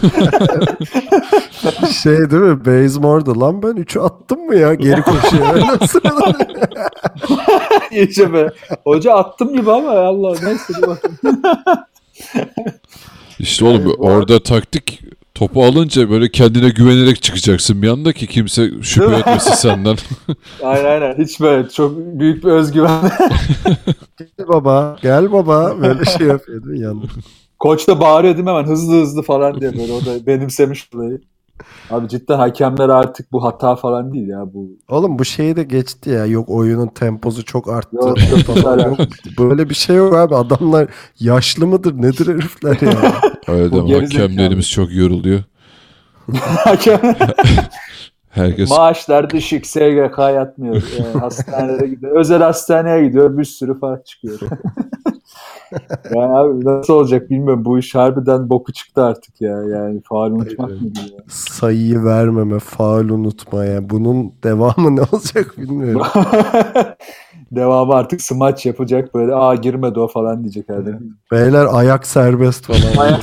Değil mi? Bazemore'da lan ben 3'ü attım mı ya? Geri koşuyor. Nasıl? İyice be. Hoca attım gibi ama ya Allah neyse dur bakalım. İşte oğlum Yani bu- orada taktik topu alınca böyle kendine güvenerek çıkacaksın bir anda ki kimse şüphe etmesin senden. Aynen. Hiç böyle çok büyük bir özgüven. Gel baba. Gel baba. Böyle şey yapıyor değil mi? Yanında. Koç da bağırıyor değil mi hemen hızlı falan diye böyle o da benimsemiş olayı. Abi cidden hakemler artık bu hata falan değil ya bu. Oğlum bu şeyi de geçti ya. Yok oyunun temposu çok arttı. Yok, çok güzel. Yok. Böyle bir şey yok abi. Adamlar yaşlı mıdır? Nedir herifler ya? Öyle Bu deme gerizekalı. hakemlerimiz çok yoruluyor. Hakem Herkes maaşlar düşük, SGK yatmıyor. Hastanelere gidiyor. Özel hastaneye gidiyor. Bir sürü fark çıkıyor. Yani abi nasıl olacak bilmiyorum. Bu iş harbiden boku çıktı artık ya. Yani faal unutmak Hayır. mı ya? Sayıyı vermeme, faul unutma ya. Bunun devamı ne olacak bilmiyorum. Devamı artık smaç yapacak böyle girmedi o falan diyecek herhalde. Beyler ayak serbest falan.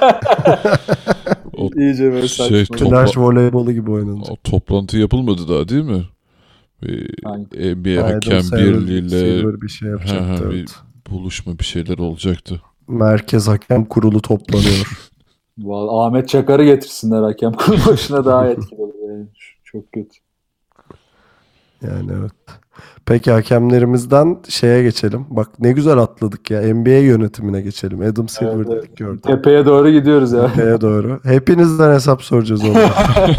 o İyice böyle şey, saçma. Flash voleybolu gibi oynanacak. o toplantı yapılmadı daha değil mi? Hangi? NBA Hakem Birliği'yle Silver bir şey yapacaktı. bir Evet. buluşma bir şeyler olacaktı. Merkez Hakem Kurulu toplanıyor. Vallahi Ahmet Çakar'ı getirsinler hakem kurulu başına daha etkili olur. Yani. Çok kötü. Yani evet. Peki hakemlerimizden şeye geçelim. Bak ne güzel atladık ya. NBA yönetimine geçelim. Adam Silver Evet, evet. dedik gördüm. Tepeye doğru gidiyoruz ya. Tepeye doğru. Hepinizden hesap soracağız orada.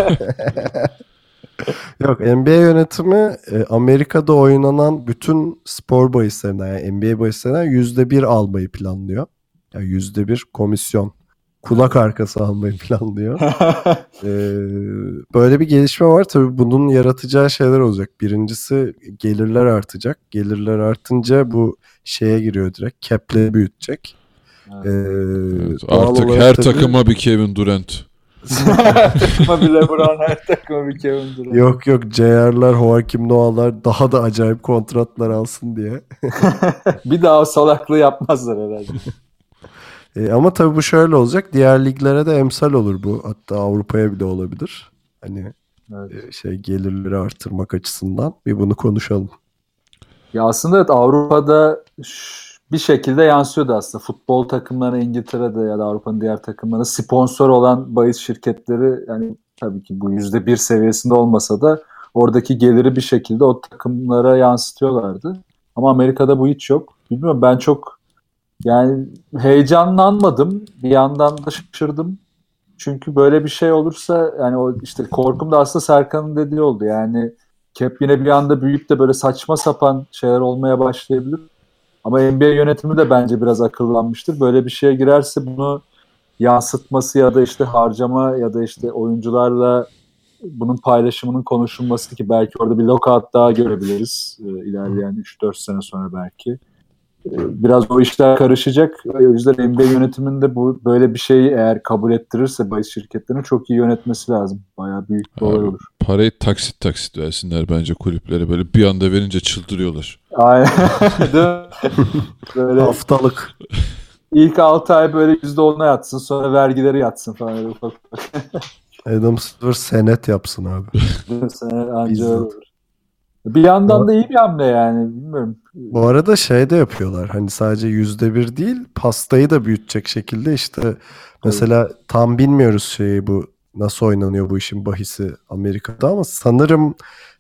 Yok, NBA yönetimi Amerika'da oynanan bütün spor bahislerinden, yani NBA bahislerinden %1 almayı planlıyor. Yani %1 komisyon. Kulak arkası almayı planlıyor. Böyle bir gelişme var. Tabii bunun yaratacağı şeyler olacak. Birincisi gelirler artacak. Gelirler artınca bu şeye giriyor direkt. Cap'le büyütecek. Evet, Doğal artık olarak her tabii- takıma bir Kevin Durant. Takıma bir LeBron, her takıma bir Kevin Durant. Yok JR'lar, Joakim Noah'lar daha da acayip kontratlar alsın diye. Bir daha o salaklığı yapmazlar herhalde. Ama tabii bu şöyle olacak. Diğer liglere de emsal olur bu. Hatta Avrupa'ya bile olabilir. Hani Evet. gelirleri artırmak açısından bir bunu konuşalım. Ya aslında evet, Avrupa'da bir şekilde yansıyordu aslında. Futbol takımları İngiltere'de ya da Avrupa'nın diğer takımlarına sponsor olan bahis şirketleri, yani tabii ki bu %1 seviyesinde olmasa da oradaki geliri bir şekilde o takımlara yansıtıyorlardı. Ama Amerika'da bu hiç yok. Bilmiyorum, ben çok yani heyecanlanmadım. Bir yandan da şaşırdım. Çünkü böyle bir şey olursa, yani o işte korkum da aslında Serkan'ın dediği oldu. Yani cap yine bir anda büyüyüp de böyle saçma sapan şeyler olmaya başlayabilir. Ama NBA yönetimi de bence biraz akıllanmıştır. Böyle bir şeye girerse bunu yansıtması ya da işte harcama ya da işte oyuncularla bunun paylaşımının konuşulması, ki belki orada bir lockout daha görebiliriz ilerleyen 3-4 sene sonra belki. Biraz o işler karışacak. O yüzden NBA yönetiminde bu böyle bir şeyi eğer kabul ettirirse bahis şirketlerinin çok iyi yönetmesi lazım. Bayağı büyük bir olay Abi, olur. parayı taksit taksit versinler bence kulüplere, böyle bir anda verince çıldırıyorlar. Aynen. Değil mi? Böyle Haftalık. ilk 6 ay böyle %10'a yatsın, sonra vergileri yatsın falan. Öyle ufak ufak. Adam Silver senet yapsın abi. Anca Bizzat. öyle olur. Bir yandan da iyi bir hamle yani. Bilmiyorum. Bu arada şey de yapıyorlar. Hani sadece %1 değil, pastayı da büyütecek şekilde işte mesela tam bilmiyoruz bu nasıl oynanıyor bu işin bahisi Amerika'da, ama sanırım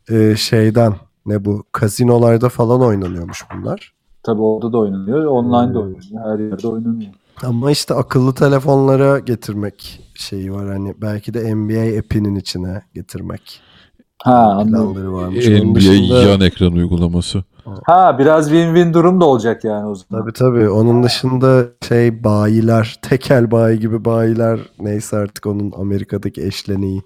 şeyden ne bu kazinolarda falan oynanıyormuş bunlar. Tabii orada da oynanıyor. Online de oynanıyor. Her yerde oynanıyor. Ama işte akıllı telefonlara getirmek şeyi var, hani belki de NBA app'inin içine getirmek Ha, anladım. planları varmış. Onun NBA dışında yan ekran uygulaması. Ha, biraz win-win durum da olacak yani o zaman. tabii onun dışında bayiler, tekel bayi gibi bayiler, neyse artık onun Amerika'daki eşleniği,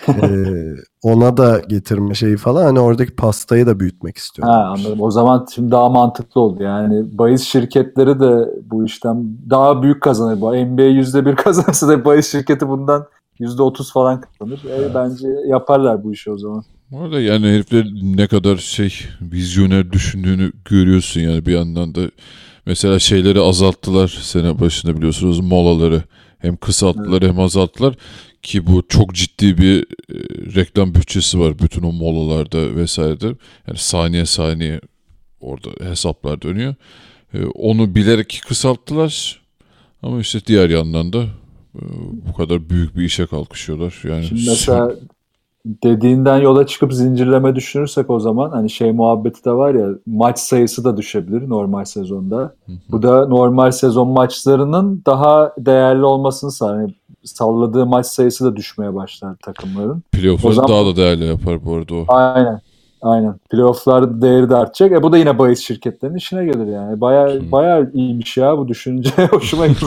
ona da getirme şeyi falan, hani oradaki pastayı da büyütmek Ha, istiyorlar. anladım. O zaman şimdi daha mantıklı oldu. Yani bahis şirketleri de bu işten daha büyük kazanır. Bu NBA %1 kazanırsa da bahis şirketi bundan %30 falan kazanır. Bence yaparlar bu işi o zaman. Orada yani herifler ne kadar vizyoner düşündüğünü görüyorsun yani. Bir yandan da mesela şeyleri azalttılar sene başında, biliyorsunuz, molaları. Hem kısalttılar hem azalttılar ki bu çok ciddi bir reklam bütçesi var bütün o molalarda vesairede. Yani saniye saniye orada hesaplar dönüyor. Onu bilerek kısalttılar ama işte diğer yandan da bu kadar büyük bir işe kalkışıyorlar. Yani Şimdi mesela dediğinden yola çıkıp zincirleme düşünürsek o zaman hani muhabbeti de var ya, maç sayısı da düşebilir normal sezonda. Bu da normal sezon maçlarının daha değerli olmasını sağlar. Yani salladığı maç sayısı da düşmeye başlar takımların. playoff'ları O zaman- daha da değerli yapar bu arada o. Aynen. Aynen. Playoff'larda değeri de artacak. Bu da yine bahis şirketlerinin işine gelir yani. Bayağı iyiymiş ya bu düşünce. Hoşuma gitti.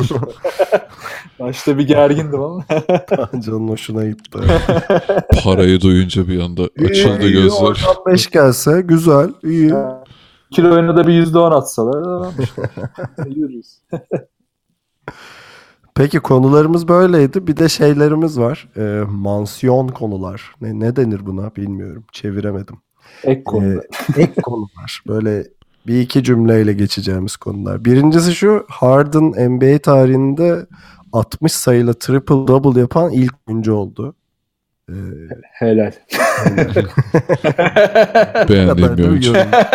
Başta bir gergindim ama. Canın hoşuna gitti. Parayı duyunca bir anda açıldı gözler. Oradan 5 gelse güzel, iyi. Kilo oyuna da bir %10 atsalar. Tamam işte. Yürürüz. Peki konularımız böyleydi. Bir de şeylerimiz var. Mansiyon konular. Ne denir buna bilmiyorum. Çeviremedim. Ek konuda. Ek konular. Böyle bir iki cümleyle geçeceğimiz konular. Birincisi şu: Harden NBA tarihinde 60 sayıyla triple double yapan ilk oyuncu oldu. Helal. Beğendiğim bir oyuncu.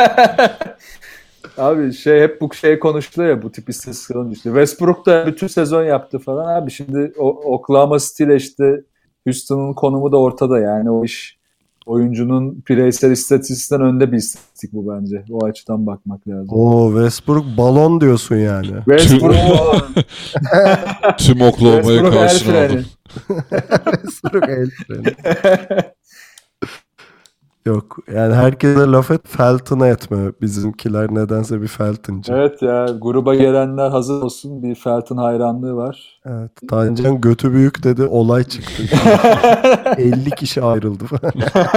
Abi hep bu konuşuluyor ya, bu tip istatistiklerin işte. Westbrook da bütün sezon yaptı falan abi. Şimdi Oklahoma City ile işte Houston'un konumu da ortada yani, o iş Oyuncunun bireysel istatistiğinden önde bir istatistik bu bence. O açıdan bakmak lazım. Oo, Westbrook balon diyorsun yani. Westbrook Tüm Oklahoma'yı Westbrook el karşına freni. aldı. Westbrook el freni. Yok yani herkese laf et, Felton'a etme. Bizimkiler nedense bir Felton'cı. Evet ya, gruba gelenler hazır olsun. Bir Felton hayranlığı var. Evet, Tancan götü büyük dedi, olay çıktı. 50 kişi ayrıldı falan.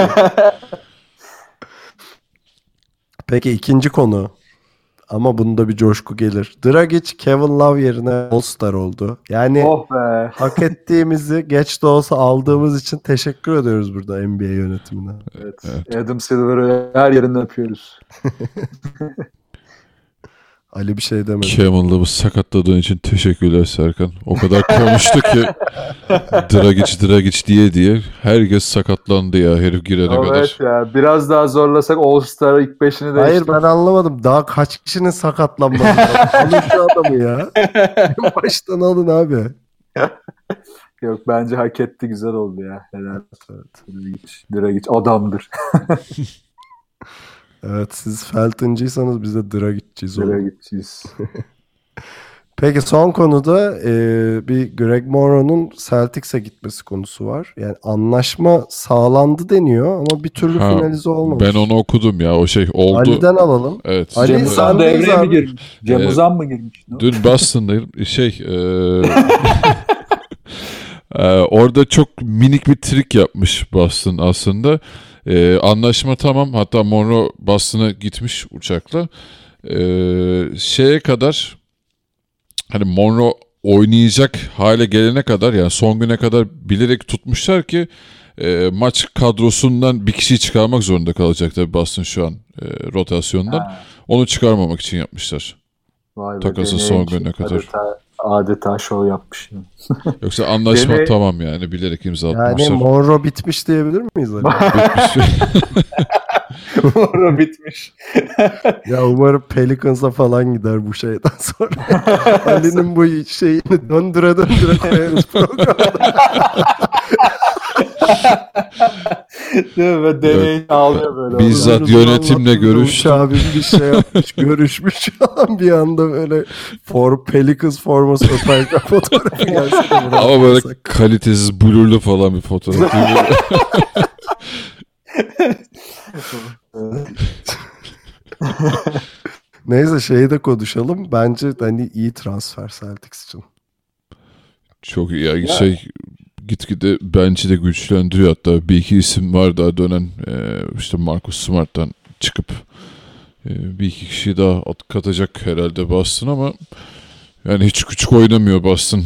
Peki ikinci konu. Ama bunda bir coşku gelir. Dragic, Kevin Love yerine All-Star oldu. Yani Oh be. hak ettiğimizi geç de olsa aldığımız için teşekkür ediyoruz burada NBA yönetimine. Evet. Adam Silver'ı her yerinde öpüyoruz. Ali bir şey demedi. Kevin Love'ı sakatladığın için teşekkürler Serkan. O kadar konuştu ki Dragic diye herkes sakatlandı ya herif girene kadar. Evet ya, biraz daha zorlasak All-Star ilk 5'ini de Hayır, ben anlamadım. Daha kaç kişinin sakatlanması var? Alın şu adamı ya. Baştan alın abi. Yok, bence hak etti, güzel oldu ya. Helal. Dragic adamdır. Evet, siz Felton'cıysanız biz de Dragic'ciyiz. Dragic'iyiz. Peki son konuda bir Greg Monroe'nun Celtics'e gitmesi konusu var. Yani anlaşma sağlandı deniyor ama bir türlü finalize olmamış. Ben onu okudum ya, o şey oldu. Ali'den alalım. Evet. Ali, Cem Uzan sendeyiz devreye mi abi. girmiş? Cem Uzan mı girmiş? No? Dün Boston'dayım. Orada çok minik bir trik yapmış Boston aslında. Anlaşma tamam. Hatta Monroe Boston'a gitmiş uçakla. Şeye kadar, hani Monroe oynayacak hale gelene kadar, yani son güne kadar bilerek tutmuşlar ki maç kadrosundan bir kişiyi çıkarmak zorunda kalacak tabii Boston şu an rotasyondan. Onu çıkarmamak için yapmışlar. Vay be, Takasın son gününe kadar. Adeta şov yapmış. Yoksa anlaşma tamam yani, bilerek imzalatmışlar. Yani Monroe bitmiş diyebilir miyiz? Monroe bitmiş. Ya umarım Pelicans'a falan gider bu şeyden sonra. Ali'nin bu şeyini döndüre koyarız programda. Değil mi? Ve deneyini ağlıyor böyle. Bizzat yönetimle görüş. Uç abim bir şey yapmış, görüşmüş falan, bir anda böyle Pelicans forması öperken fotoğrafı gelse de Ama böyle kalitesiz blurlu falan bir fotoğraf. Neyse, şeyi de konuşalım. Bence hani iyi transfer Celtics için. Çok iyi ya. Gitgide bench'i de güçlendiriyor. Hatta bir iki isim var daha dönen, işte Marcus Smart'tan çıkıp bir iki kişiyi daha katacak herhalde Boston, ama yani hiç küçük oynamıyor Boston.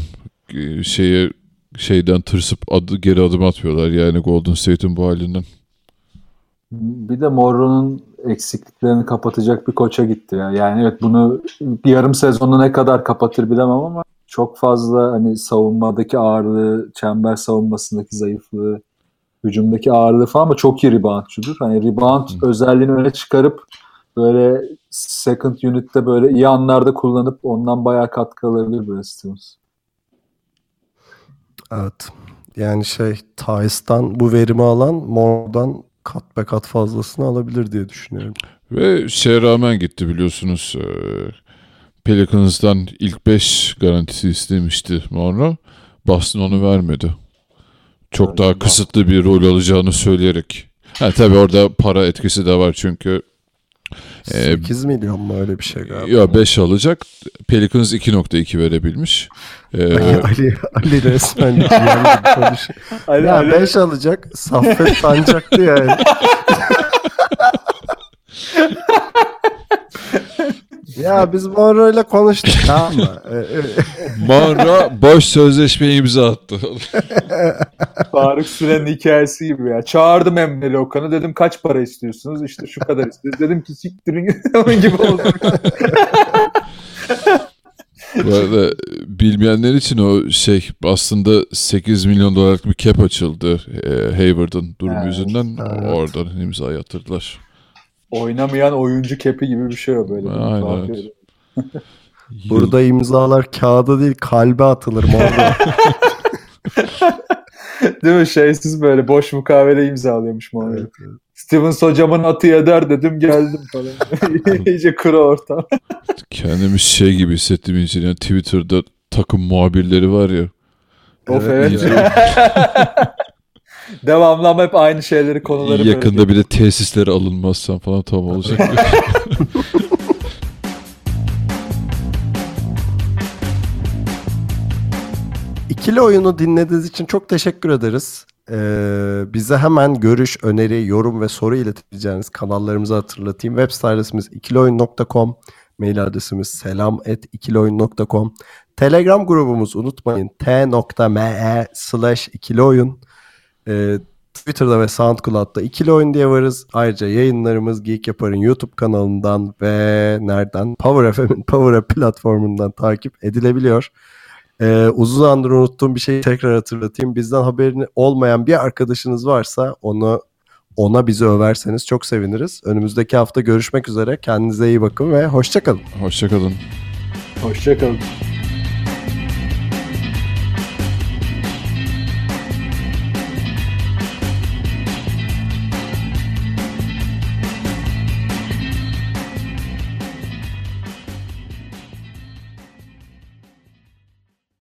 Şeyden tırsıp geri adım atmıyorlar yani Golden State'in bu halinden. Bir de Monroe'nun eksikliklerini kapatacak bir koça gitti ya. Yani evet, bunu bir yarım sezonda ne kadar kapatır bilemem ama çok fazla hani savunmadaki ağırlığı, çember savunmasındaki zayıflığı, hücumdaki ağırlığı falan, ama çok iyi reboundçudur. Hani rebound özelliğini öne çıkarıp böyle second unit'te böyle iyi anlarda kullanıp ondan bayağı katkı alabilir Brad Stevens. Evet. Yani Tyce'dan bu verimi alan Monroe'dan kat be kat fazlasını alabilir diye düşünüyorum. Ve rağmen gitti biliyorsunuz. Pelicans'dan ilk 5 garantisi istemişti Monroe. Boston onu vermedi. Çok daha kısıtlı bir rol alacağını söyleyerek. Tabii orada para etkisi de var çünkü 8 milyon mu, öyle bir şey galiba. Ya 5 alacak. Pelicans 2.2 verebilmiş. Ali resmen yani konuşuyor. Ya 5 alacak. Saffet sancaktı yani. Ya biz Monroe'yla konuştuk, tamam mı? Monroe boş sözleşmeyi imza attı. Faruk Süren'in hikayesi gibi ya. Çağırdım Emre'li Okan'ı, dedim kaç para istiyorsunuz? İşte şu kadar istiyoruz. Dedim ki siktirin onun gibi oldu. Bu arada bilmeyenler için o aslında 8 milyon dolarlık bir cap açıldı Hayward'ın durumu yüzünden. Evet. Oradan imza yatırdılar. Oynamayan oyuncu kepi gibi bir şey o böyle. Aynen, evet. Burada imzalar kağıda değil kalbe atılır Monroe. Değil mi? Şeysiz böyle boş mukavele imzalıyormuş Muhammed. Evet, evet. Stevens hocamın atı eder dedim geldim falan. İyice kuru ortam. Kendimi şey gibi hissettiğim için yani Twitter'da takım muhabirleri var ya. Of evet. iyice- Devamlı ama hep aynı şeyleri konuları Yakında bile tesislere alınmazsan falan tam olacak. İkili oyunu dinlediğiniz için çok teşekkür ederiz. Bize hemen görüş, öneri, yorum ve soru iletebileceğiniz kanallarımızı hatırlatayım. Web site adresimiz ikilioyun.com, mail adresimiz selam@ikilioyun.com. Telegram grubumuz unutmayın t.me/ikilioyun. Twitter'da ve SoundCloud'da İkili Oyun diye varız. Ayrıca yayınlarımız Geek Yapar'ın YouTube kanalından ve nereden? Power FM'in Power App platformundan takip edilebiliyor. Uzun zamandır unuttuğum bir şeyi tekrar hatırlatayım. Bizden haberini olmayan bir arkadaşınız varsa ona bizi överseniz çok seviniriz. Önümüzdeki hafta görüşmek üzere. Kendinize iyi bakın ve hoşça kalın. Hoşçakalın. Hoşçakalın.